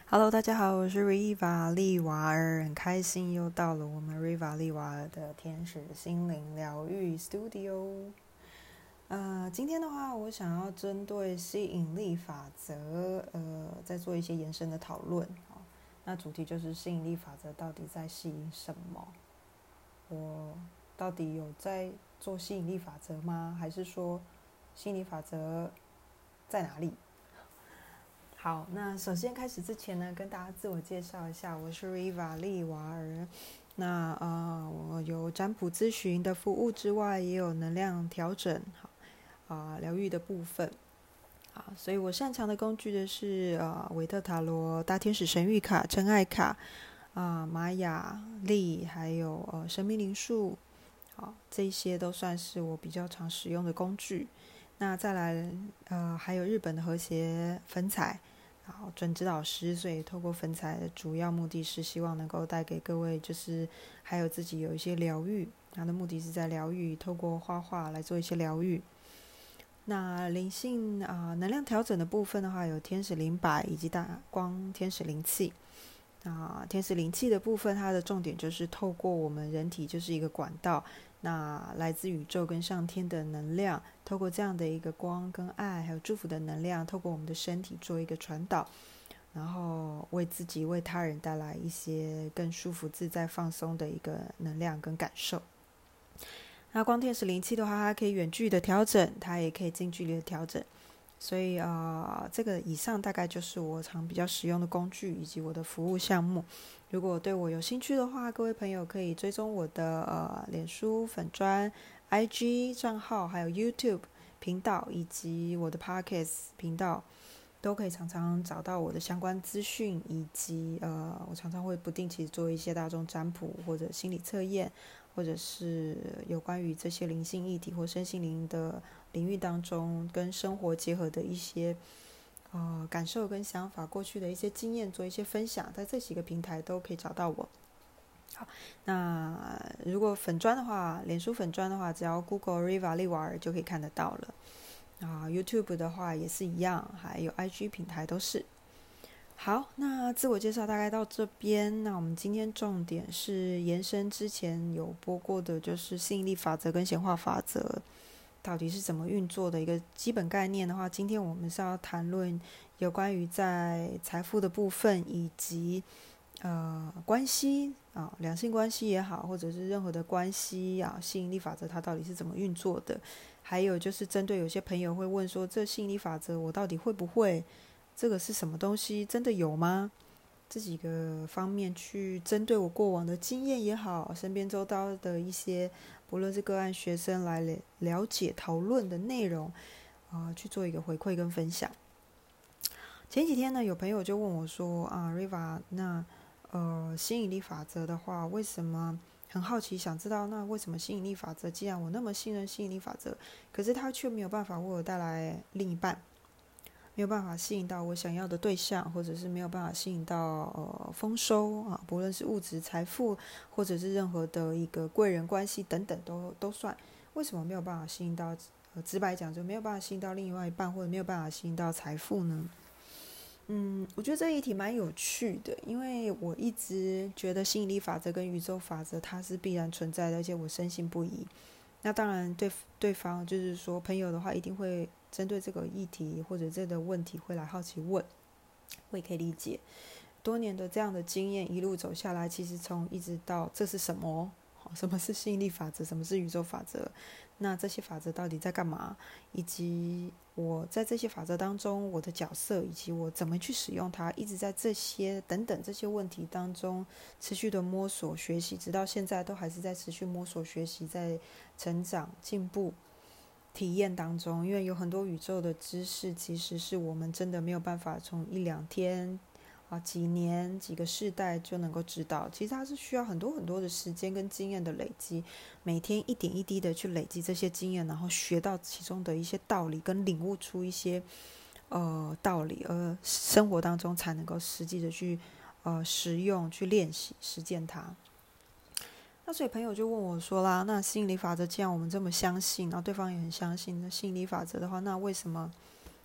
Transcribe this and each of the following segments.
Hello，大家好，我是 Riva 利瓦尔，很开心又到了我们 Riva 利瓦尔的天使心灵疗愈 Studio。今天的话，我想要针对吸引力法则，再做一些延伸的讨论。那主题就是吸引力法则到底在吸引什么？我到底有在做吸引力法则吗？还是说吸引力法则在哪里？好，那首先开始之前呢，跟大家自我介绍一下，我是 Riva 利瓦尔。那我有占卜咨询的服务之外，也有能量调整、疗愈的部分。所以我擅长的工具的是韦特塔罗、大天使神谕卡、真爱卡、玛雅历，还有生命灵数。这些都算是我比较常使用的工具。那再来还有日本的和谐粉彩。好，准指导师，所以透过粉彩的主要目的是希望能够带给各位，就是还有自己有一些疗愈，它的目的是在疗愈，透过画画来做一些疗愈。那灵性能量调整的部分的话，有天使灵摆以及大光天使灵气。天使灵气的部分，它的重点就是透过我们人体就是一个管道，那来自宇宙跟上天的能量，透过这样的一个光跟爱还有祝福的能量，透过我们的身体做一个传导，然后为自己为他人带来一些更舒服自在放松的一个能量跟感受。那光天使灵气的话，它可以远距离的调整，它也可以近距离的调整。所以这个以上大概就是我常比较使用的工具以及我的服务项目。如果对我有兴趣的话，各位朋友可以追踪我的脸书粉专、IG 账号，还有 YouTube 频道以及我的 Podcast 频道，都可以常常找到我的相关资讯，以及我常常会不定期做一些大众占卜或者心理测验，或者是有关于这些灵性议题或身心灵的领域当中跟生活结合的一些感受跟想法，过去的一些经验做一些分享，在这几个平台都可以找到我。好，那如果粉专的话，脸书粉专的话，只要 Google Riva 利瓦尔就可以看得到了。YouTube 的话也是一样，还有 IG 平台都是。好，那自我介绍大概到这边。那我们今天重点是延伸之前有播过的，就是吸引力法则跟显化法则到底是怎么运作的一个基本概念的话，今天我们是要谈论有关于在财富的部分，以及关系两性关系也好，或者是任何的关系吸引力法则它到底是怎么运作的。还有就是针对有些朋友会问说，这吸引力法则我到底会不会？这个是什么东西？真的有吗？这几个方面去针对我过往的经验也好，身边周遭的一些不论是个案学生来了解讨论的内容去做一个回馈跟分享。前几天呢，有朋友就问我说Riva， 那吸引力法则的话，为什么很好奇想知道，那为什么吸引力法则既然我那么信任吸引力法则，可是它却没有办法为我带来另一半，没有办法吸引到我想要的对象，或者是没有办法吸引到丰收不论是物质财富，或者是任何的一个贵人关系等等都算。为什么没有办法吸引到直白讲就没有办法吸引到另外一半，或者没有办法吸引到财富呢？我觉得这一题蛮有趣的，因为我一直觉得吸引力法则跟宇宙法则它是必然存在的，而且我深信不疑。那当然对方就是说朋友的话，一定会针对这个议题或者这个问题会来好奇问，我也可以理解。多年的这样的经验一路走下来，其实从一直到这是什么？什么是吸引力法则？什么是宇宙法则？那这些法则到底在干嘛？以及我在这些法则当中我的角色，以及我怎么去使用它，一直在这些等等这些问题当中持续的摸索学习，直到现在都还是在持续摸索学习，在成长进步体验当中。因为有很多宇宙的知识其实是我们真的没有办法从一两天几年几个世代就能够知道，其实它是需要很多很多的时间跟经验的累积，每天一点一滴的去累积这些经验，然后学到其中的一些道理，跟领悟出一些道理，而生活当中才能够实际的去实用去练习实践它。那所以朋友就问我说啦，那吸引力法则既然我们这么相信，然后对方也很相信，那吸引力法则的话，那为什么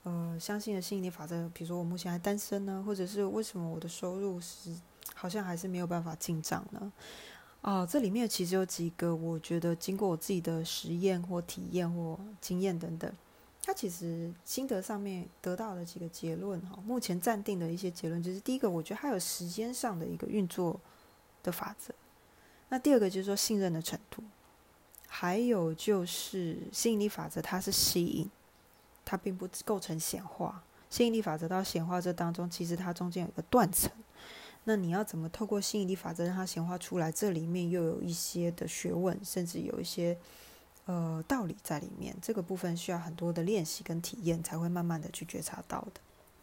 相信的吸引力法则，比如说我目前还单身呢，或者是为什么我的收入好像还是没有办法进账呢？这里面其实有几个，我觉得经过我自己的实验或体验或经验等等，它其实心得上面得到了几个结论哈。目前暂定的一些结论就是，第一个，我觉得它有时间上的一个运作的法则。那第二个就是说信任的程度，还有就是吸引力法则，它是吸引，它并不构成显化。吸引力法则到显化这当中，其实它中间有一个断层。那你要怎么透过吸引力法则让它显化出来？这里面又有一些的学问，甚至有一些道理在里面。这个部分需要很多的练习跟体验，才会慢慢的去觉察到的。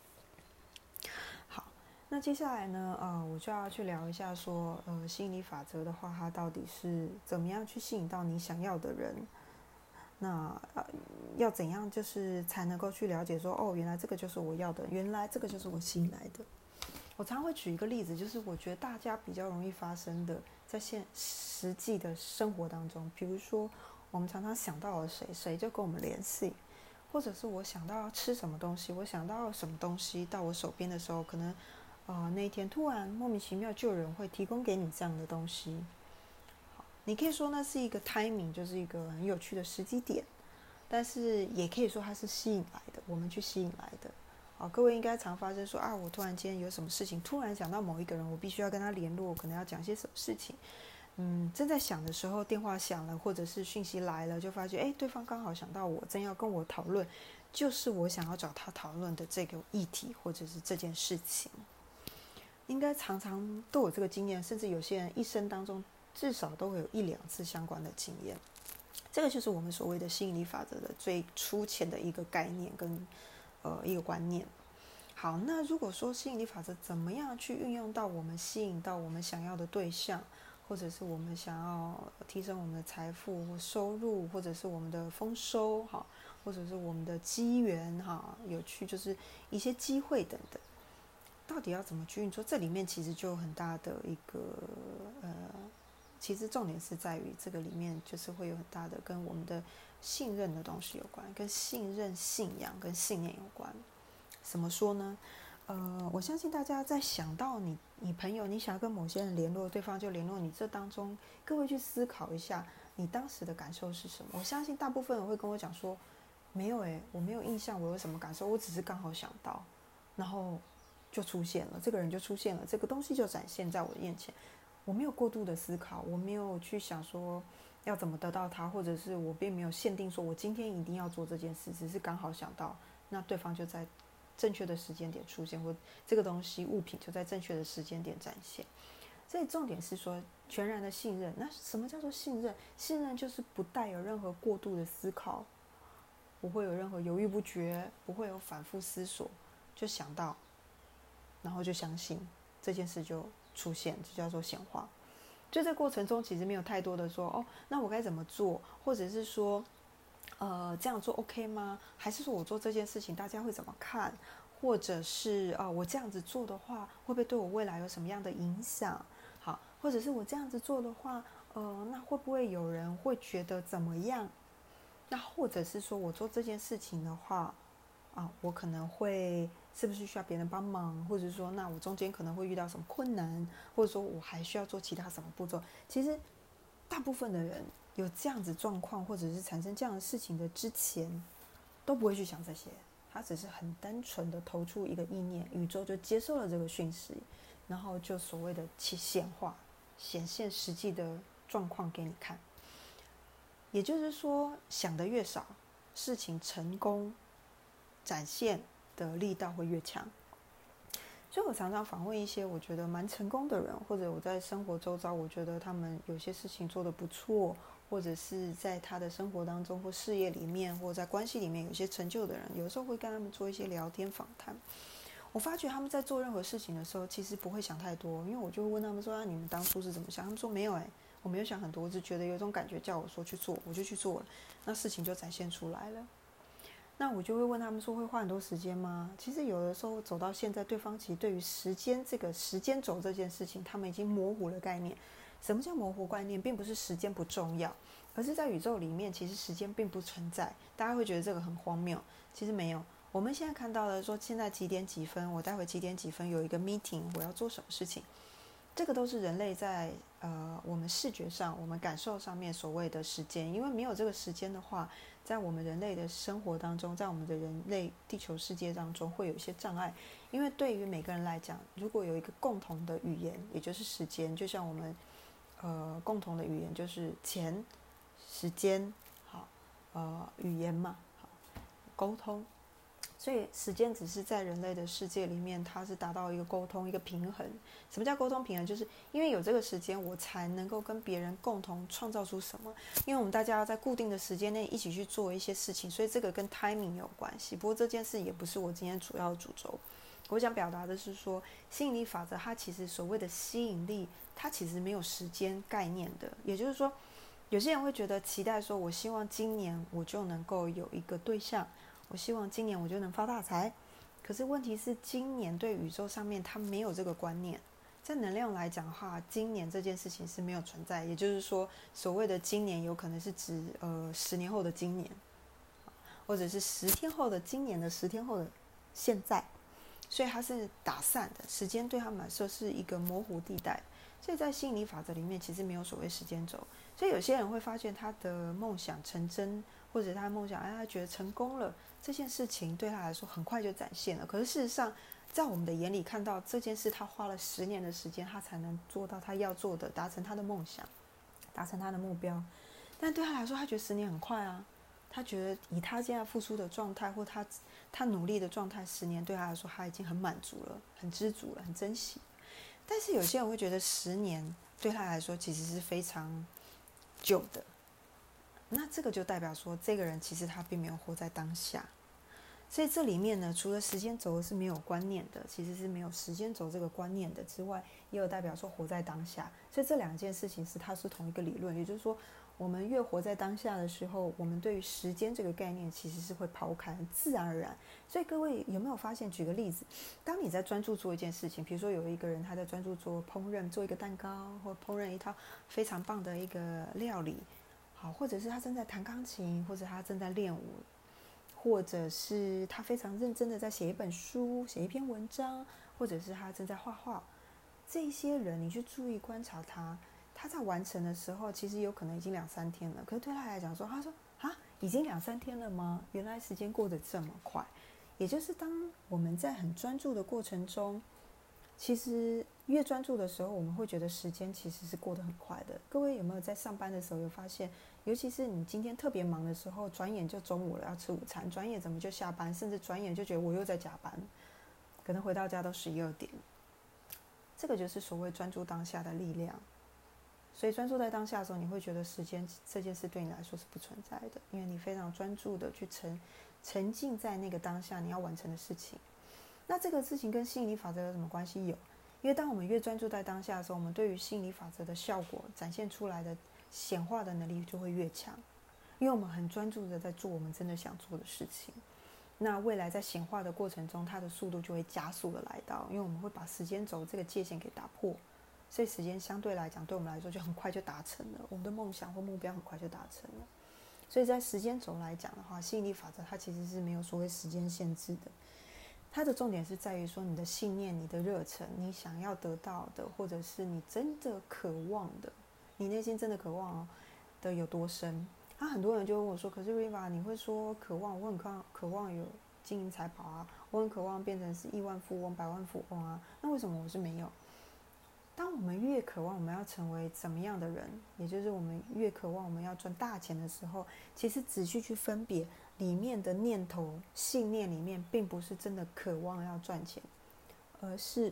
好，那接下来呢，我就要去聊一下说，吸引力法则的话，它到底是怎么样去吸引到你想要的人？那要怎样就是才能够去了解说，原来这个就是我要的，原来这个就是我吸引来的。我常会举一个例子，就是我觉得大家比较容易发生的，在实际的生活当中，比如说我们常常想到了谁，谁就跟我们联系，或者是我想到要吃什么东西，我想到什么东西到我手边的时候，可能那一天突然莫名其妙就有人会提供给你这样的东西。好，你可以说那是一个 timing， 就是一个很有趣的时机点，但是也可以说它是吸引来的，我们去吸引来的。各位应该常发生说我突然间有什么事情，突然想到某一个人，我必须要跟他联络，我可能要讲些什么事情。正在想的时候，电话响了，或者是讯息来了，就发觉对方刚好想到我，正要跟我讨论，就是我想要找他讨论的这个议题或者是这件事情。应该常常都有这个经验，甚至有些人一生当中至少都会有1-2次相关的经验。这个就是我们所谓的吸引力法则的最粗浅的一个概念跟一个观念。好，那如果说吸引力法则怎么样去运用到我们吸引到我们想要的对象，或者是我们想要提升我们的财富或收入，或者是我们的丰收，或者是我们的机缘，有趣就是一些机会等等，到底要怎么去运作？这里面其实就有很大的一个其实重点是在于这个里面就是会有很大的跟我们的信任的东西有关，跟信任、信仰跟信念有关。怎么说呢？我相信大家在想到你朋友，你想要跟某些人联络，对方就联络你，这当中各位去思考一下，你当时的感受是什么？我相信大部分人会跟我讲说，没有我没有印象，我有什么感受，我只是刚好想到，然后就出现了，这个人就出现了，这个东西就展现在我的眼前。我没有过度的思考，我没有去想说要怎么得到它，或者是我并没有限定说我今天一定要做这件事，只是刚好想到，那对方就在正确的时间点出现，或这个东西物品就在正确的时间点展现。所以重点是说全然的信任。那什么叫做信任？信任就是不带有任何过度的思考，不会有任何犹豫不决，不会有反复思索，就想到，然后就相信这件事就出现，这叫做显化。就在过程中其实没有太多的说那我该怎么做，或者是说这样做 OK 吗？还是说我做这件事情大家会怎么看？或者是我这样子做的话会不会对我未来有什么样的影响？好，或者是我这样子做的话那会不会有人会觉得怎么样？那或者是说我做这件事情的话我可能会是不是需要别人帮忙，或者说那我中间可能会遇到什么困难，或者说我还需要做其他什么步骤。其实大部分的人有这样子状况或者是产生这样的事情的之前都不会去想这些，他只是很单纯的投出一个意念，宇宙就接受了这个讯息，然后就所谓的显化显现实际的状况给你看。也就是说想的越少，事情成功展现的力道会越强。所以我常常访问一些我觉得蛮成功的人，或者我在生活周遭我觉得他们有些事情做得不错，或者是在他的生活当中或事业里面或在关系里面有些成就的人，有时候会跟他们做一些聊天访谈。我发觉他们在做任何事情的时候其实不会想太多，因为我就会问他们说你们当初是怎么想？他们说没有我没有想很多，我只觉得有一种感觉叫我说去做，我就去做了，那事情就展现出来了。那我就会问他们说会花很多时间吗？其实有的时候走到现在，对方其实对于时间这个时间轴这件事情他们已经模糊了概念。什么叫模糊概念？并不是时间不重要，而是在宇宙里面其实时间并不存在。大家会觉得这个很荒谬，其实没有。 我们现在看到的说现在几点几分，我待会几点几分有一个 meeting， 我要做什么事情，这个都是人类在我们视觉上、我们感受上面所谓的时间。因为没有这个时间的话，在我们人类的生活当中，在我们的人类地球世界当中会有一些障碍。因为对于每个人来讲，如果有一个共同的语言，也就是时间，就像我们共同的语言就是钱、时间，好，语言嘛，好，沟通。所以时间只是在人类的世界里面，它是达到一个沟通、一个平衡。什么叫沟通平衡？就是因为有这个时间，我才能够跟别人共同创造出什么。因为我们大家要在固定的时间内一起去做一些事情，所以这个跟 timing 有关系。不过这件事也不是我今天主要的主轴。我想表达的是说，吸引力法则它其实所谓的吸引力，它其实没有时间概念的。也就是说，有些人会觉得期待说，我希望今年我就能够有一个对象，我希望今年我就能发大财。可是问题是，今年对宇宙上面它没有这个观念。在能量来讲的话，今年这件事情是没有存在。也就是说，所谓的今年有可能是指10年后的今年，或者是10天后的今年的10天后的现在。所以它是打散的，时间对他们来说是一个模糊地带。所以在吸引力法则里面，其实没有所谓时间轴。所以有些人会发现他的梦想成真，或者他的梦想，他觉得成功了，这件事情对他来说很快就展现了。可是事实上，在我们的眼里看到这件事，他花了10年的时间，他才能做到他要做的，达成他的梦想，达成他的目标。但对他来说，他觉得10年很快啊。他觉得以他现在付出的状态，或他努力的状态，10年对他来说他已经很满足了，很知足了，很珍惜。但是有些人会觉得10年对他来说其实是非常久的，那这个就代表说这个人其实他并没有活在当下。所以这里面呢，除了时间轴是没有观念的，其实是没有时间轴这个观念的之外，也有代表说活在当下。所以这两件事情它是同一个理论。也就是说，我们越活在当下的时候，我们对于时间这个概念其实是会抛开，很自然而然。所以各位有没有发现，举个例子，当你在专注做一件事情，比如说有一个人他在专注做烹饪，做一个蛋糕，或烹饪一套非常棒的一个料理，好，或者是他正在弹钢琴，或者他正在练舞，或者是他非常认真的在写一本书，写一篇文章，或者是他正在画画。这些人你去注意观察他在完成的时候，其实有可能已经2-3天了。可是对他来讲说，他说啊，已经2-3天了吗？原来时间过得这么快。也就是当我们在很专注的过程中，其实越专注的时候，我们会觉得时间其实是过得很快的。各位有没有在上班的时候有发现，尤其是你今天特别忙的时候，转眼就中午了，要吃午餐，转眼怎么就下班，甚至转眼就觉得我又在加班，可能回到家都11-12点。这个就是所谓专注当下的力量。所以专注在当下的时候，你会觉得时间这件事对你来说是不存在的，因为你非常专注的去沉浸在那个当下你要完成的事情。那这个事情跟吸引力法则有什么关系？有，因为当我们越专注在当下的时候，我们对于吸引力法则的效果展现出来的显化的能力就会越强，因为我们很专注的在做我们真的想做的事情。那未来在显化的过程中，它的速度就会加速的来到，因为我们会把时间轴这个界限给打破，所以时间相对来讲对我们来说就很快就达成了，我们的梦想或目标很快就达成了。所以在时间轴来讲的话，吸引力法则它其实是没有所谓时间限制的。它的重点是在于说你的信念、你的热忱、你想要得到的，或者是你真的渴望的，你内心真的渴望的有多深。很多人就问我说，可是 Riva 你会说渴望，我很渴望有金银财宝啊，我很渴望变成是亿万富翁、百万富翁啊，那为什么我是没有？当我们越渴望我们要成为怎么样的人，也就是我们越渴望我们要赚大钱的时候，其实仔细去分别里面的念头、信念里面，并不是真的渴望要赚钱，而是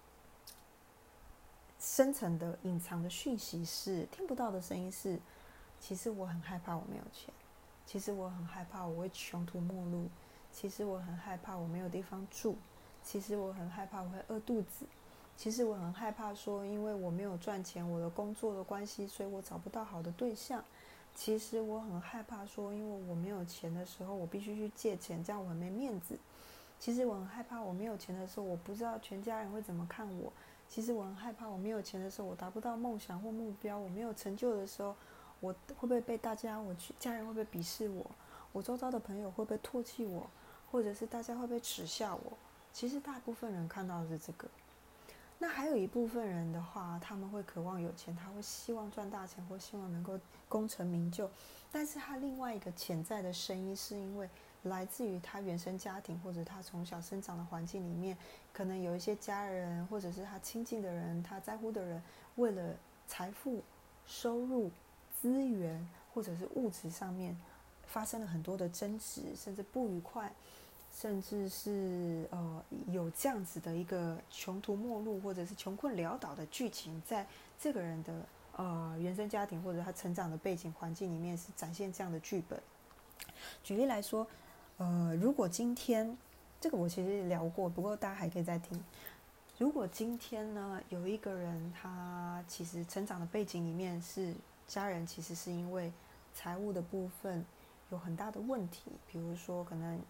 深层的隐藏的讯息是听不到的声音是，其实我很害怕我没有钱，其实我很害怕我会穷途末路，其实我很害怕我没有地方住，其实我很害怕我会饿肚子，其实我很害怕说因为我没有赚钱，我的工作的关系，所以我找不到好的对象。其实我很害怕说因为我没有钱的时候我必须去借钱，这样我很没面子。其实我很害怕我没有钱的时候我不知道全家人会怎么看我。其实我很害怕我没有钱的时候我达不到梦想或目标，我没有成就的时候我会不会被大家家人会不会鄙视我，我周遭的朋友会不会唾弃我， 或者是大家会不会耻笑我？其实大部分人看到的是这个。那还有一部分人的话，他们会渴望有钱，他会希望赚大钱，或希望能够功成名就。但是他另外一个潜在的声音，是因为来自于他原生家庭，或者他从小生长的环境里面，可能有一些家人，或者是他亲近的人，他在乎的人，为了财富、收入、资源，或者是物质上面，发生了很多的争执，甚至不愉快。甚至是有这样子的一个穷途末路或者是穷困潦倒的剧情，在这个人的原生家庭或者他成长的背景环境里面是展现这样的剧本。举例来说，如果今天这个我其实聊过，不过大家还可以再听。如果今天呢有一个人他其实成长的背景里面是家人其实是因为财务的部分有很大的问题，比如说可能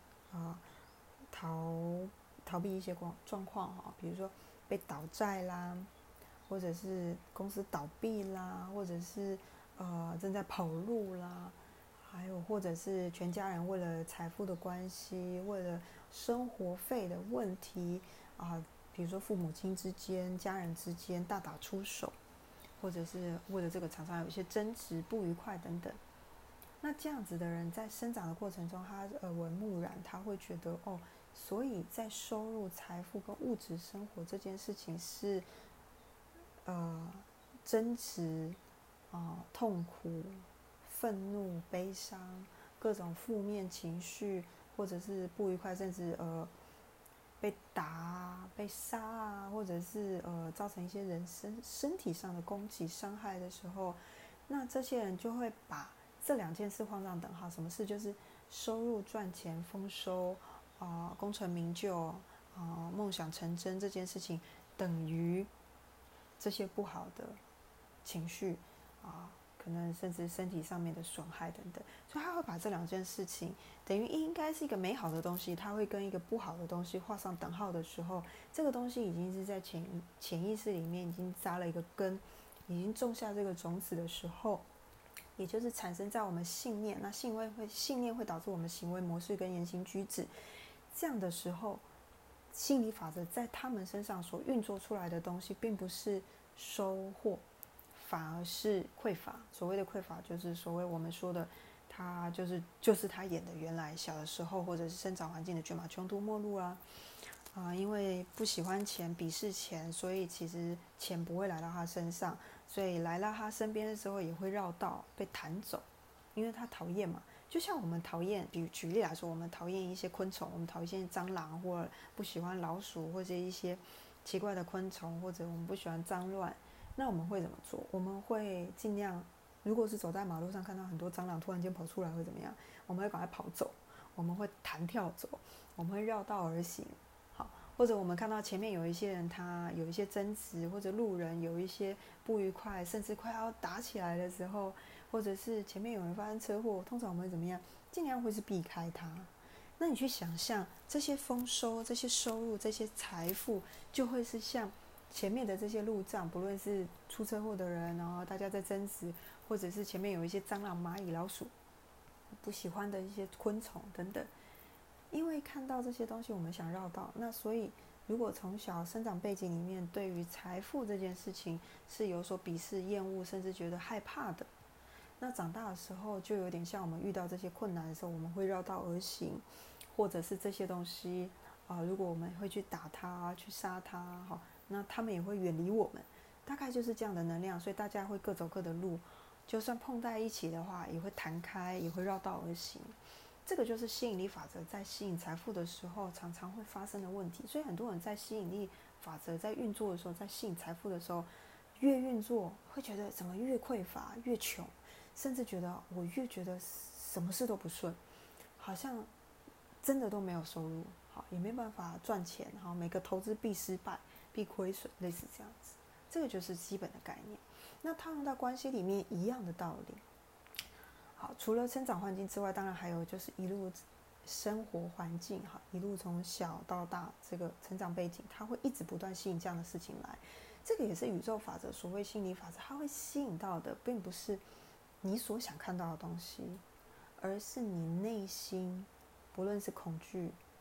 逃避一些状况哈，比如说被倒债啦，或者是公司倒闭啦，或者是正在跑路啦，还有或者是全家人为了财富的关系，为了生活费的问题比如说父母亲之间、家人之间大打出手，或者是为了这个常常有一些争执、不愉快等等。那这样子的人在生长的过程中，他耳闻目染，他会觉得所以在收入、财富跟物质生活这件事情是争执痛苦、愤怒、悲伤，各种负面情绪，或者是不愉快，甚至被打、被杀或者是造成一些人身体上的攻击、伤害的时候，那这些人就会把这两件事画上等号。什么事？就是收入、赚钱、丰收功成名就梦想成真这件事情，等于这些不好的情绪可能甚至身体上面的损害等等，所以他会把这两件事情等于应该是一个美好的东西，他会跟一个不好的东西画上等号的时候，这个东西已经是在潜意识里面已经扎了一个根，已经种下这个种子的时候，也就是产生在我们信念，那信念会导致我们行为模式跟言行举止，这样的时候，心理法则在他们身上所运作出来的东西，并不是收获，反而是匮乏。所谓的匮乏，就是所谓我们说的，他就是他演的原来小的时候或者是生长环境的剧嘛，穷途末路因为不喜欢钱、鄙视钱，所以其实钱不会来到他身上，所以来到他身边的时候也会绕道被弹走，因为他讨厌嘛。就像我们讨厌，举例来说，我们讨厌一些昆虫，我们讨厌蟑螂，或不喜欢老鼠，或者一些奇怪的昆虫，或者我们不喜欢脏乱，那我们会怎么做？我们会尽量，如果是走在马路上看到很多蟑螂突然间跑出来会怎么样？我们会赶快跑走，我们会弹跳走，我们会绕道而行。或者我们看到前面有一些人他有一些争执，或者路人有一些不愉快，甚至快要打起来的时候，或者是前面有人发生车祸，通常我们会怎么样？尽量会是避开他。那你去想象这些丰收、这些收入、这些财富，就会是像前面的这些路障，不论是出车祸的人，然后大家在争执，或者是前面有一些蟑螂、蚂蚁、老鼠，不喜欢的一些昆虫等等。因为看到这些东西，我们想绕道，那所以如果从小生长背景里面对于财富这件事情是有所鄙视、厌恶，甚至觉得害怕的，那长大的时候就有点像我们遇到这些困难的时候，我们会绕道而行，或者是这些东西如果我们会去打它、去杀它，那他们也会远离我们，大概就是这样的能量，所以大家会各走各的路，就算碰在一起的话，也会弹开，也会绕道而行。这个就是吸引力法则在吸引财富的时候常常会发生的问题，所以很多人在吸引力法则在运作的时候，在吸引财富的时候，越运作会觉得怎么越匮乏、越穷，甚至觉得我越觉得什么事都不顺，好像真的都没有收入，也没办法赚钱，每个投资必失败、必亏损，类似这样子。这个就是基本的概念。那套用到关系里面一样的道理。好，除了成长环境之外，当然还有就是一路生活环境，一路从小到大这个成长背景，它会一直不断吸引这样的事情来。这个也是宇宙法则，所谓心理法则，它会吸引到的，并不是你所想看到的东西，而是你内心，不论是恐惧、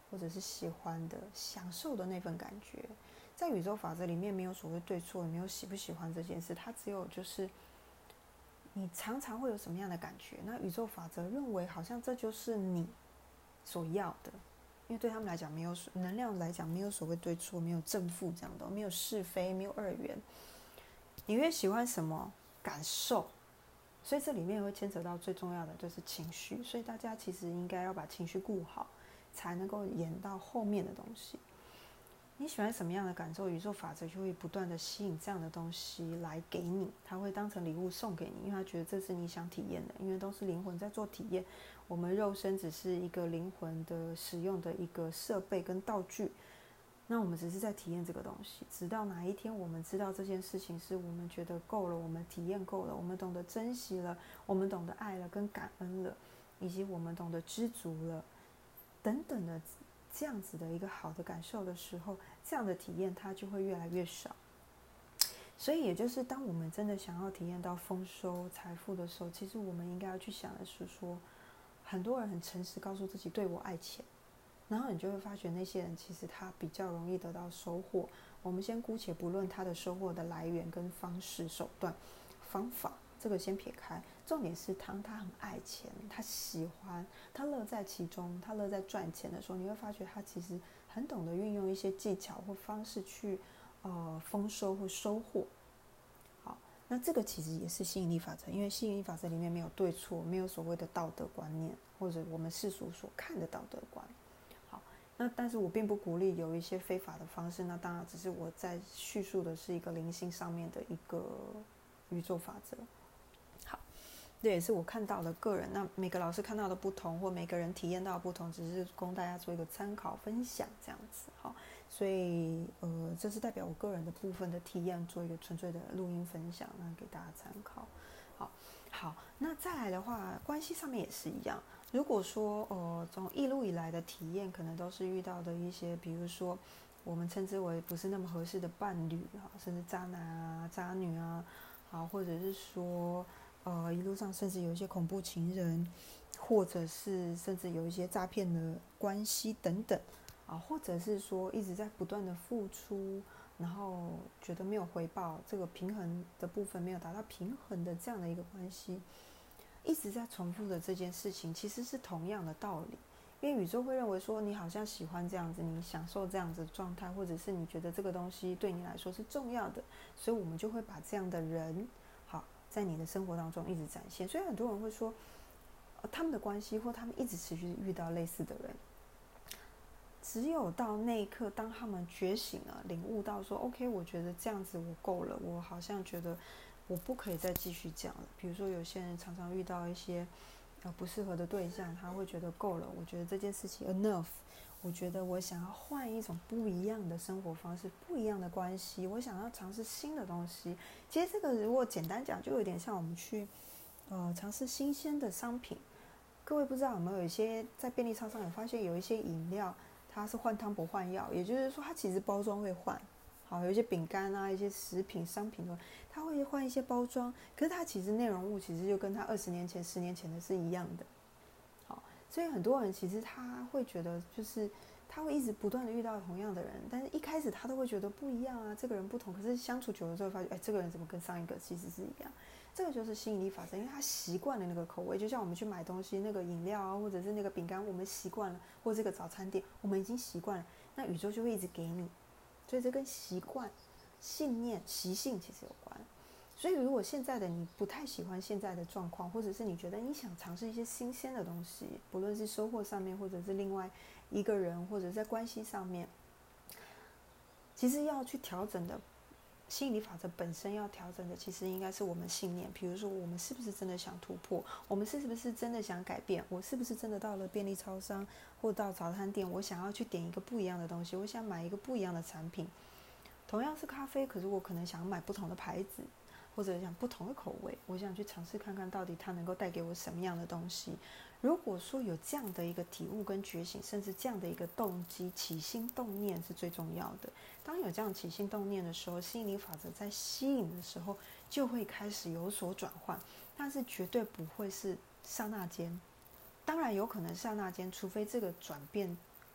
或者是喜欢的、享受的那份感觉。在宇宙法则里面没有所谓对错，也没有喜不喜欢这件事，它只有就是你常常会有什么样的感觉。那宇宙法则认为好像这就是你所要的，因为对他们来讲没有能量来讲没有所谓对错，没有正负这样的，没有是非，没有二元。你越喜欢什么感受，所以这里面会牵扯到最重要的就是情绪，所以大家其实应该要把情绪顾好，才能够演到后面的东西。你喜欢什么样的感受，宇宙法则就会不断的吸引这样的东西来给你，它会当成礼物送给你，因为它觉得这是你想体验的，因为都是灵魂在做体验，我们肉身只是一个灵魂的使用的一个设备跟道具，那我们只是在体验这个东西，直到哪一天我们知道这件事情是我们觉得够了，我们体验够了，我们懂得珍惜了，我们懂得爱了跟感恩了，以及我们懂得知足了等等的这样子的一个好的感受的时候，这样的体验它就会越来越少。所以也就是当我们真的想要体验到丰收财富的时候，其实我们应该要去想的是说，很多人很诚实告诉自己对我爱钱，然后你就会发觉那些人其实他比较容易得到收获。我们先姑且不论他的收获的来源跟方式手段方法，这个先撇开，重点是当他很爱钱，他喜欢，他乐在其中，他乐在赚钱的时候，你会发觉他其实很懂得运用一些技巧或方式去丰收或收获。好，那这个其实也是吸引力法则，因为吸引力法则里面没有对错，没有所谓的道德观念或者我们世俗所看的道德观。好，那但是我并不鼓励有一些非法的方式，那当然只是我在叙述的是一个灵性上面的一个宇宙法则。好，这也是我看到的个人，那每个老师看到的不同，或每个人体验到的不同，只是供大家做一个参考分享这样子。好，所以这是代表我个人的部分的体验，做一个纯粹的录音分享，那给大家参考。好，那再来的话，关系上面也是一样。如果说从一路以来的体验，可能都是遇到的一些，比如说我们称之为不是那么合适的伴侣啊，甚至渣男啊、渣女啊，好，或者是说一路上甚至有一些恐怖情人，或者是甚至有一些诈骗的关系等等啊，或者是说一直在不断的付出，然后觉得没有回报，这个平衡的部分没有达到平衡的这样的一个关系，一直在重复的这件事情，其实是同样的道理。因为宇宙会认为说你好像喜欢这样子，你享受这样子的状态，或者是你觉得这个东西对你来说是重要的，所以我们就会把这样的人好在你的生活当中一直展现。所以很多人会说他们的关系或他们一直持续遇到类似的人，只有到那一刻当他们觉醒了，领悟到说 OK 我觉得这样子我够了，我好像觉得我不可以再继续这样了。比如说有些人常常遇到一些不适合的对象，他会觉得够了，我觉得这件事情 enough， 我觉得我想要换一种不一样的生活方式，不一样的关系，我想要尝试新的东西。其实这个如果简单讲，就有点像我们去尝试新鲜的商品。各位不知道有没有一些在便利超商有发现有一些饮料它是换汤不换药，也就是说它其实包装会换，好，有一些饼干啊，一些食品商品的，它会换一些包装，可是它其实内容物其实就跟它20年前、10年前的是一样的。好，所以很多人其实他会觉得就是他会一直不断的遇到同样的人，但是一开始他都会觉得不一样啊，这个人不同，可是相处久了之后发现，这个人怎么跟上一个其实是一样。这个就是吸引力法则，因为他习惯了那个口味，就像我们去买东西，那个饮料啊，或者是那个饼干，我们习惯了，或者这个早餐店，我们已经习惯了，那宇宙就会一直给你。所以这跟习惯、信念、习性其实有关。所以如果现在的你不太喜欢现在的状况，或者是你觉得你想尝试一些新鲜的东西，不论是收获上面，或者是另外一个人，或者在关系上面，其实要去调整的，吸引力法则本身要调整的，其实应该是我们信念。比如说，我们是不是真的想突破？我们是不是真的想改变？我是不是真的到了便利超商或到早餐店，我想要去点一个不一样的东西，我想买一个不一样的产品。同样是咖啡，可是我可能想买不同的牌子，或者想不同的口味，我想去尝试看看到底它能够带给我什么样的东西。如果说有这样的一个体悟跟觉醒，甚至这样的一个动机，起心动念是最重要的。当有这样起心动念的时候，吸引力法则在吸引的时候就会开始有所转换，但是绝对不会是刹那间。当然有可能刹那间，除非这个转变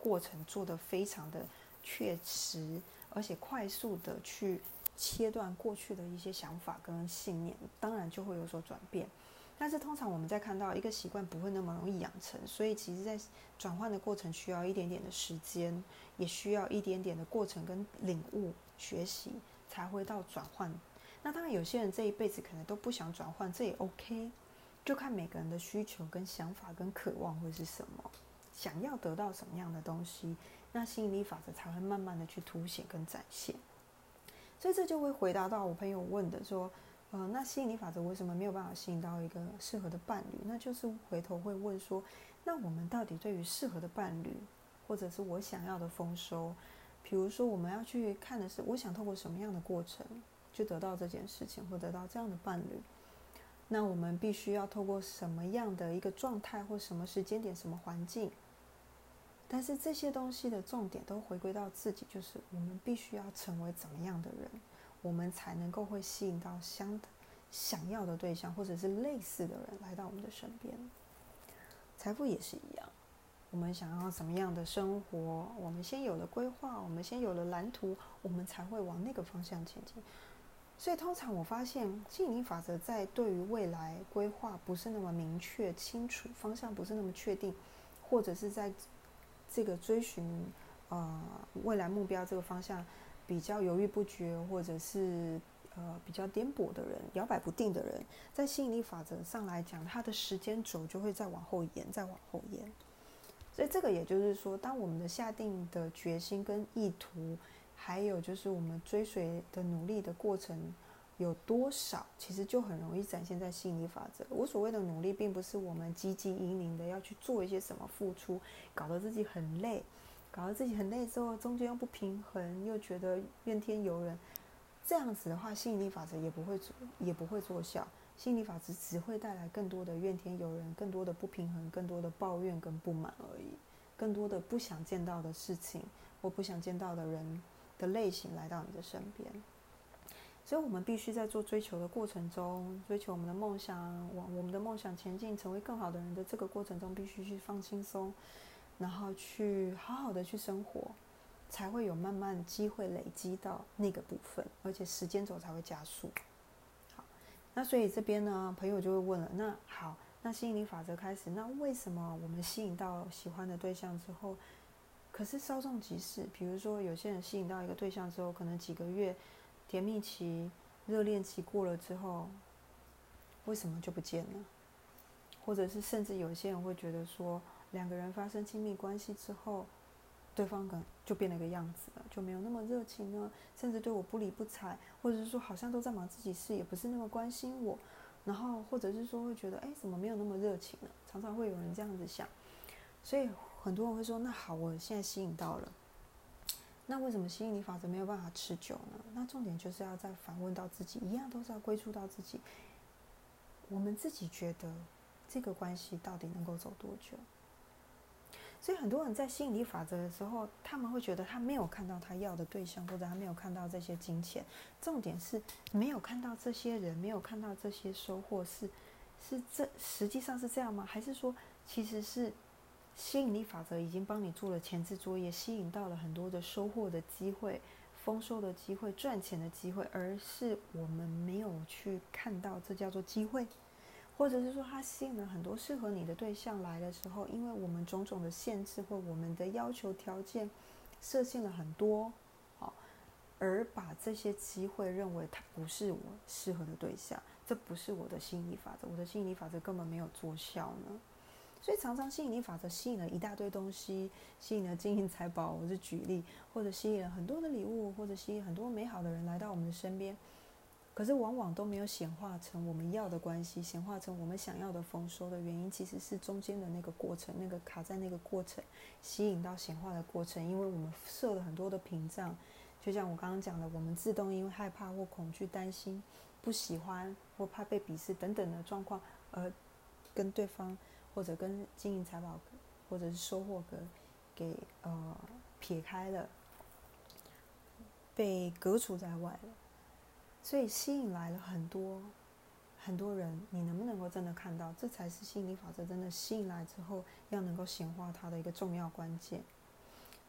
过程做得非常的确实，而且快速的去切断过去的一些想法跟信念，当然就会有所转变。但是通常我们在看到一个习惯不会那么容易养成，所以其实在转换的过程需要一点点的时间，也需要一点点的过程跟领悟学习，才会到转换。那当然有些人这一辈子可能都不想转换，这也 OK， 就看每个人的需求跟想法跟渴望会是什么，想要得到什么样的东西，那吸引力法则才会慢慢的去凸显跟展现。所以这就会回答到我朋友问的说，那吸引力法则为什么没有办法吸引到一个适合的伴侣？那就是回头会问说，那我们到底对于适合的伴侣，或者是我想要的丰收，比如说我们要去看的是，我想透过什么样的过程，去得到这件事情，或得到这样的伴侣？那我们必须要透过什么样的一个状态，或什么时间点、什么环境？但是这些东西的重点都回归到自己，就是我们必须要成为怎么样的人，我们才能够会吸引到想要的对象，或者是类似的人来到我们的身边。财富也是一样，我们想要什么样的生活，我们先有了规划，我们先有了蓝图，我们才会往那个方向前进。所以通常我发现吸引力法则在对于未来规划不是那么明确清楚，方向不是那么确定，或者是在这个追寻未来目标这个方向比较犹豫不决，或者是比较颠簸的人，摇摆不定的人，在吸引力法则上来讲，他的时间轴就会再往后延，再往后延。所以这个也就是说，当我们的下定的决心跟意图，还有就是我们追随的努力的过程有多少，其实就很容易展现在吸引力法则。我所谓的努力，并不是我们汲汲营营的要去做一些什么付出，搞得自己很累，搞得自己很累之后，中间又不平衡，又觉得怨天尤人，这样子的话，吸引力法则也不会奏效。吸引力法则只会带来更多的怨天尤人，更多的不平衡，更多的抱怨跟不满而已，更多的不想见到的事情或不想见到的人的类型来到你的身边。所以我们必须在做追求的过程中，追求我们的梦想，往我们的梦想前进，成为更好的人的这个过程中，必须去放轻松，然后去好好的去生活，才会有慢慢机会累积到那个部分，而且时间轴才会加速。好，那所以这边呢，朋友就会问了，那好，那吸引力法则开始，那为什么我们吸引到喜欢的对象之后，可是稍纵即逝？比如说有些人吸引到一个对象之后，可能几个月甜蜜期、热恋期过了之后，为什么就不见了？或者是甚至有些人会觉得说，两个人发生亲密关系之后，对方可能就变了个样子了，就没有那么热情了，甚至对我不理不睬，或者是说好像都在忙自己事，也不是那么关心我，然后或者是说会觉得，怎么没有那么热情了？常常会有人这样子想，所以很多人会说，那好，我现在吸引到了，那为什么吸引力法则没有办法持久呢？那重点就是要再反问到自己，一样都是要归宿到自己，我们自己觉得这个关系到底能够走多久？所以很多人在吸引力法则的时候，他们会觉得他没有看到他要的对象，或者他没有看到这些金钱。重点是没有看到这些人，没有看到这些收获，这实际上是这样吗？还是说其实是吸引力法则已经帮你做了前置作业，吸引到了很多的收获的机会、丰收的机会、赚钱的机会，而是我们没有去看到，这叫做机会。或者是说他吸引了很多适合你的对象来的时候，因为我们种种的限制或我们的要求条件设限了很多，而把这些机会认为它不是我适合的对象，这不是我的吸引力法则，我的吸引力法则根本没有奏效呢。所以常常吸引力法则吸引了一大堆东西，吸引了金银财宝，我是举例，或者吸引了很多的礼物，或者吸引很多美好的人来到我们的身边，可是往往都没有显化成我们要的关系，显化成我们想要的丰收的原因，其实是中间的那个过程，那个卡在那个过程，吸引到显化的过程，因为我们设了很多的屏障，就像我刚刚讲的，我们自动因为害怕或恐惧、担心、不喜欢或怕被鄙视等等的状况，而跟对方或者跟金银财宝或者是收获给撇开了，被隔除在外了。所以吸引来了很多很多人，你能不能够真的看到？这才是吸引力法则真的吸引来之后要能够显化它的一个重要关键。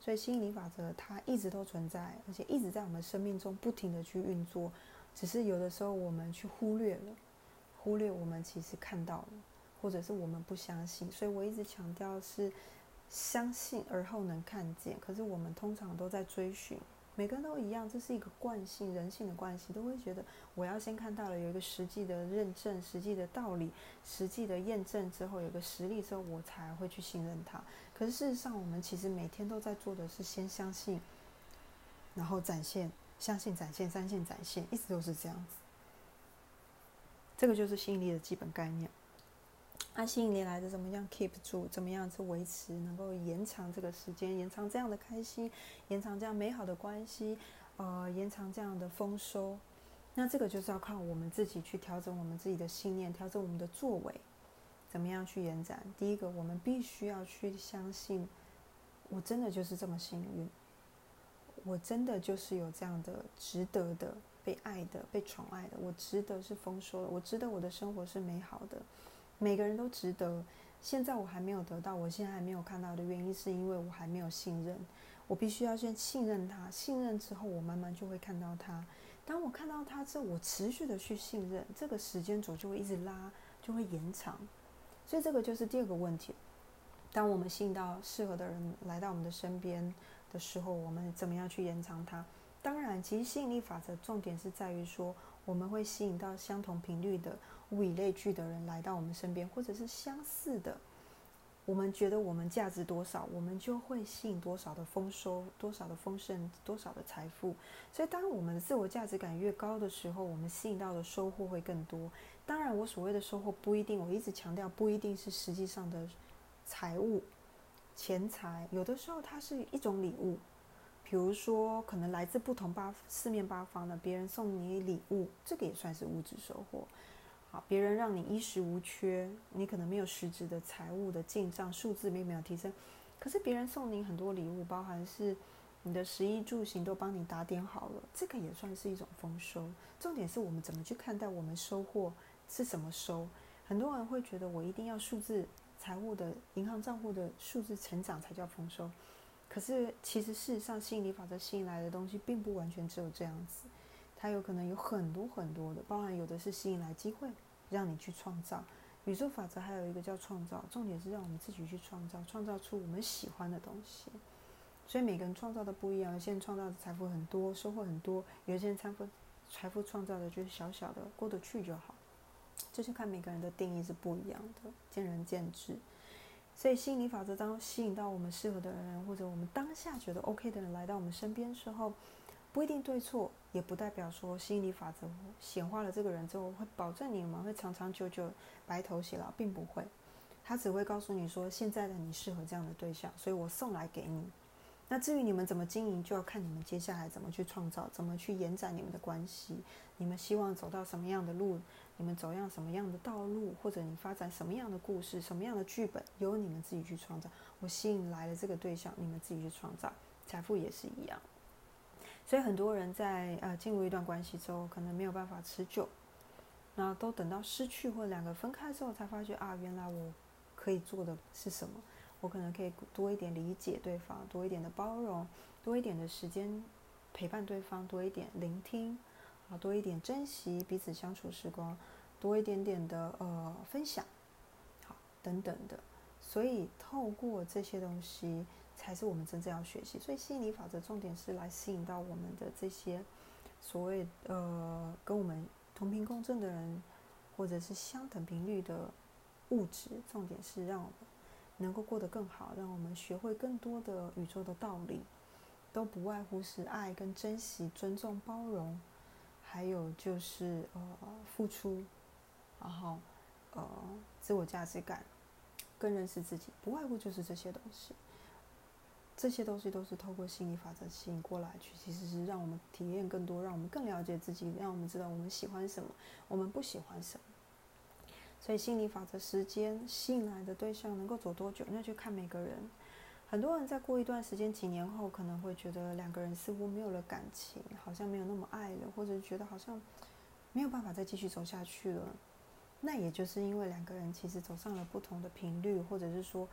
所以吸引力法则它一直都存在，而且一直在我们生命中不停的去运作，只是有的时候我们去忽略我们其实看到了，或者是我们不相信。所以我一直强调是相信而后能看见，可是我们通常都在追寻，每个人都一样，这是一个惯性，人性的惯性，都会觉得我要先看到了有一个实际的认证、实际的道理、实际的验证之后，有个实例之后，我才会去信任它。可是事实上，我们其实每天都在做的是先相信，然后展现，相信展现，相信展现，一直都是这样子。这个就是吸引力的基本概念。吸引力来的怎么样 keep 住，怎么样去维持，能够延长这个时间，延长这样的开心，延长这样美好的关系，延长这样的丰收。那这个就是要靠我们自己去调整我们自己的信念，调整我们的作为，怎么样去延展。第一个，我们必须要去相信，我真的就是这么幸运，我真的就是有这样的值得的被爱的、被宠爱的，我值得是丰收的，我值得我的生活是美好的。每个人都值得。现在我还没有得到，我现在还没有看到的原因，是因为我还没有信任。我必须要先信任他，信任之后，我慢慢就会看到他。当我看到他之后，我持续的去信任，这个时间轴就会一直拉，就会延长。所以这个就是第二个问题。当我们吸引到适合的人来到我们的身边的时候，我们怎么样去延长它？当然，其实吸引力法则重点是在于说，我们会吸引到相同频率的物以类聚的人来到我们身边，或者是相似的。我们觉得我们价值多少，我们就会吸引多少的丰收，多少的丰盛，多少的财富。所以，当我们的自我价值感越高的时候，我们吸引到的收获会更多。当然，我所谓的收获不一定，我一直强调不一定是实际上的财物、钱财，有的时候它是一种礼物。比如说，可能来自不同四面八方的别人送你礼物，这个也算是物质收获。好，别人让你衣食无缺，你可能没有实质的财务的进账，数字并没有提升，可是别人送你很多礼物，包含是你的食衣住行都帮你打点好了，这个也算是一种丰收。重点是我们怎么去看待我们收获是怎么收。很多人会觉得我一定要数字财务的银行账户的数字成长才叫丰收。可是其实事实上，吸引力法则吸引来的东西并不完全只有这样子，它有可能有很多很多的，包含有的是吸引来机会，让你去创造。宇宙法则还有一个叫创造，重点是让我们自己去创造，创造出我们喜欢的东西。所以每个人创造的不一样，有些人创造的财富很多，收获很多；有些人财富创造的就是小小的，过得去就好。这就看每个人的定义是不一样的，见仁见智。所以吸引力法则当吸引到我们适合的人，或者我们当下觉得 OK 的人来到我们身边的时候，不一定对错，也不代表说吸引力法则显化了这个人之后会保证你们会长长久久白头偕老，并不会。他只会告诉你说，现在的你适合这样的对象，所以我送来给你。那至于你们怎么经营，就要看你们接下来怎么去创造，怎么去延展你们的关系。你们希望走到什么样的路，你们走向什么样的道路，或者你发展什么样的故事，什么样的剧本，由你们自己去创造。我吸引来了这个对象，你们自己去创造。财富也是一样。所以很多人在进入一段关系之后，可能没有办法持久，那都等到失去或两个分开之后，才发觉原来我可以做的是什么。我可能可以多一点理解对方，多一点的包容，多一点的时间陪伴对方，多一点聆听，多一点珍惜彼此相处时光，多一点点的分享，好等等的。所以透过这些东西，才是我们真正要学习。所以吸引力法则重点是来吸引到我们的这些所谓跟我们同频共振的人，或者是相等频率的物质。重点是让我们能够过得更好，让我们学会更多的宇宙的道理，都不外乎是爱跟珍惜、尊重、包容，还有就是付出，然后自我价值感，更认识自己，不外乎就是这些东西。这些东西都是透过吸引力法则吸引过来去，其实是让我们体验更多，让我们更了解自己，让我们知道我们喜欢什么，我们不喜欢什么。所以吸引力法则时间吸引来的对象能够走多久，那就看每个人。很多人在过一段时间几年后，可能会觉得两个人似乎没有了感情，好像没有那么爱了，或者觉得好像没有办法再继续走下去了。那也就是因为两个人其实走上了不同的频率，或者是说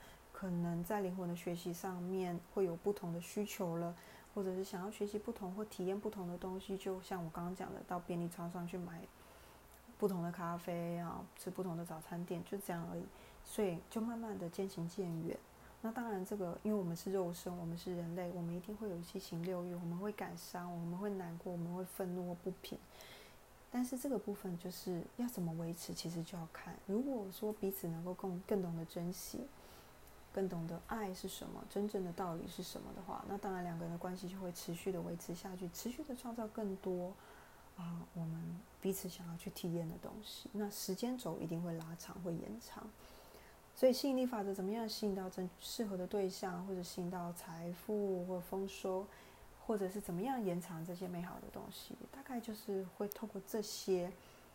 可能在灵魂的学习上面会有不同的需求了，或者是想要学习不同或体验不同的东西，就像我刚刚讲的，到便利超商去买不同的咖啡啊，吃不同的早餐店，就这样而已。所以就慢慢的渐行渐远。那当然，这个因为我们是肉身，我们是人类，我们一定会有七情六欲，我们会感伤，我们会难过，我们会愤怒或不平。但是这个部分就是要怎么维持，其实就要看。如果说彼此能够更懂得珍惜，更懂得爱是什么，真正的道理是什么的话，那当然两个人的关系就会持续的维持下去，持续的创造更多我们彼此想要去体验的东西。那时间轴一定会拉长，会延长。所以吸引力法则怎么样吸引到真适合的对象，或者吸引到财富或丰收，或者是怎么样延长这些美好的东西，大概就是会透过这些，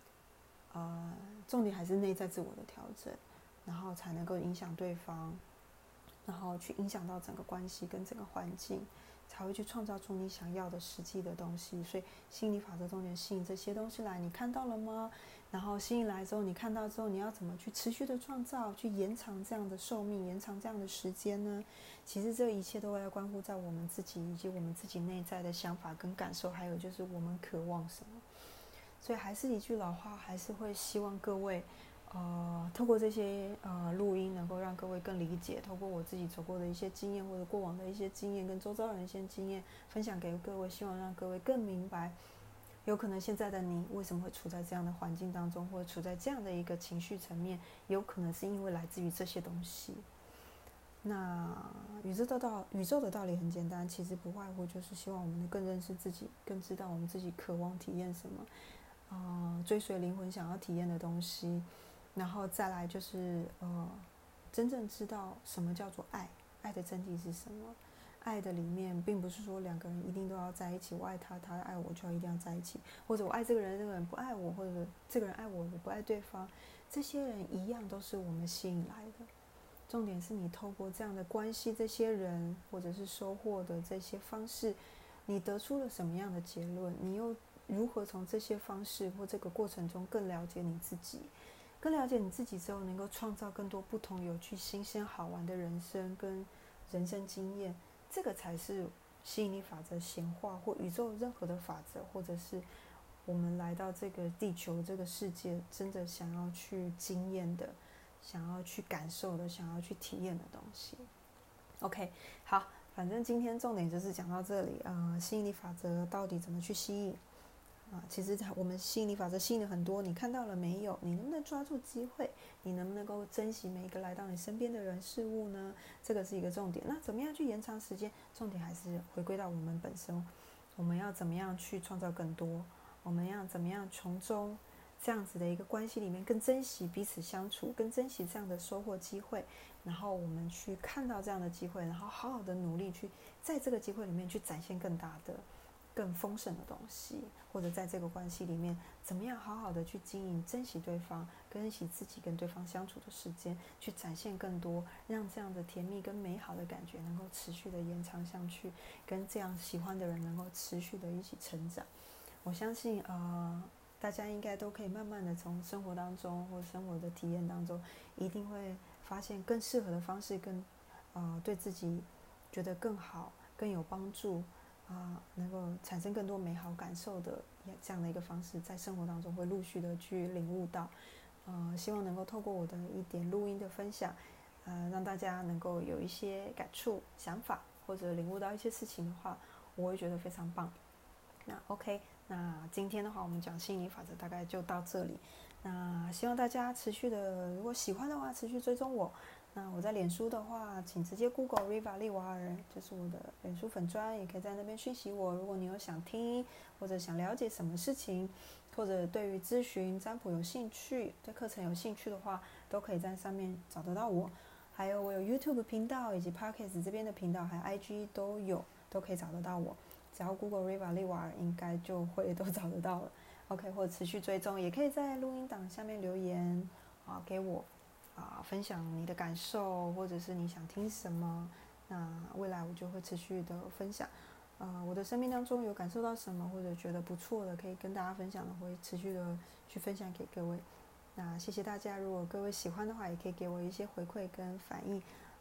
重点还是内在自我的调整，然后才能够影响对方，然后去影响到整个关系跟整个环境，才会去创造出你想要的实际的东西。所以吸引力法则重点吸引这些东西来，你看到了吗？然后吸引来之后，你看到之后，你要怎么去持续的创造，去延长这样的寿命，延长这样的时间呢？其实这一切都要关乎在我们自己以及我们自己内在的想法跟感受，还有就是我们渴望什么。所以还是一句老话，还是会希望各位透过这些录音，能够让各位更理解，透过我自己走过的一些经验，或者过往的一些经验，跟周遭人一些经验分享给各位，希望让各位更明白，有可能现在的你为什么会处在这样的环境当中，或者处在这样的一个情绪层面，有可能是因为来自于这些东西。那宇宙的道理很简单，其实不外乎就是希望我们能更认识自己，更知道我们自己渴望体验什么，追随灵魂想要体验的东西，然后再来就是真正知道什么叫做爱，爱的真谛是什么。爱的里面并不是说两个人一定都要在一起，我爱他，他爱我就一定要在一起，或者我爱这个人，这个人不爱我，或者这个人爱我，我不爱对方，这些人一样都是我们吸引来的。重点是你透过这样的关系，这些人或者是收获的这些方式，你得出了什么样的结论？你又如何从这些方式或这个过程中更了解你自己？更了解你自己之后，能够创造更多不同、有趣、新鲜、好玩的人生跟人生经验。这个才是吸引力法则显化，或宇宙任何的法则，或者是我们来到这个地球这个世界真的想要去经验的，想要去感受的，想要去体验的东西。OK， 好，反正今天重点就是讲到这里。吸引力法则到底怎么去吸引？其实我们吸引力法则吸引了很多，你看到了没有？你能不能抓住机会？你能不能够珍惜每一个来到你身边的人事物呢？这个是一个重点。那怎么样去延长时间？重点还是回归到我们本身，我们要怎么样去创造更多？我们要怎么样从中这样子的一个关系里面更珍惜彼此相处，更珍惜这样的收获机会？然后我们去看到这样的机会，然后好好的努力去在这个机会里面去展现更大的、更丰盛的东西，或者在这个关系里面，怎么样好好的去经营、珍惜对方、珍惜自己跟对方相处的时间，去展现更多，让这样的甜蜜跟美好的感觉能够持续的延长下去，跟这样喜欢的人能够持续的一起成长。我相信大家应该都可以慢慢的从生活当中或生活的体验当中，一定会发现更适合的方式，更对自己觉得更好、更有帮助。能够产生更多美好感受的这样的一个方式，在生活当中会陆续的去领悟到。希望能够透过我的一点录音的分享，让大家能够有一些感触、想法，或者领悟到一些事情的话，我会觉得非常棒。那 OK， 那今天的话，我们讲吸引力法则大概就到这里。那希望大家持续的，如果喜欢的话，持续追踪我。那我在脸书的话，请直接 Google Riva 利瓦尔，就是我的脸书粉专，也可以在那边讯息我。如果你有想听或者想了解什么事情，或者对于咨询占卜有兴趣，对课程有兴趣的话，都可以在上面找得到我。还有我有 YouTube 频道以及 Podcast 这边的频道，还有 IG 都有，都可以找得到我。只要 Google Riva 利瓦尔，应该就会都找得到了。OK， 或者持续追踪，也可以在录音档下面留言给我。分享你的感受，或者是你想听什么，那未来我就会持续的分享。我的生命当中有感受到什么，或者觉得不错的，可以跟大家分享的，会持续的去分享给各位。那谢谢大家，如果各位喜欢的话，也可以给我一些回馈跟反应。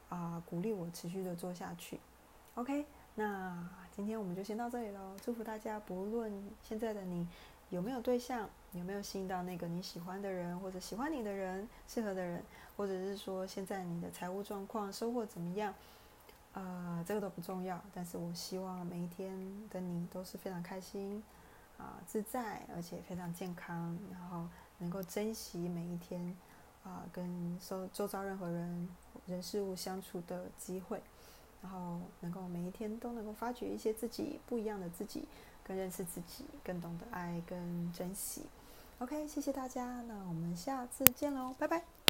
鼓励我持续的做下去。OK，那今天我们就先到这里咯。祝福大家，不论现在的你有没有对象，有没有吸引到那个你喜欢的人，或者喜欢你的人，适合的人，或者是说现在你的财务状况、收获怎么样，这个都不重要。但是我希望每一天的你都是非常开心自在，而且非常健康，然后能够珍惜每一天跟周遭任何人事物相处的机会，然后能够每一天都能够发掘一些自己不一样的自己，更认识自己，更懂得爱跟珍惜。OK， 谢谢大家，那我们下次见喽，拜拜。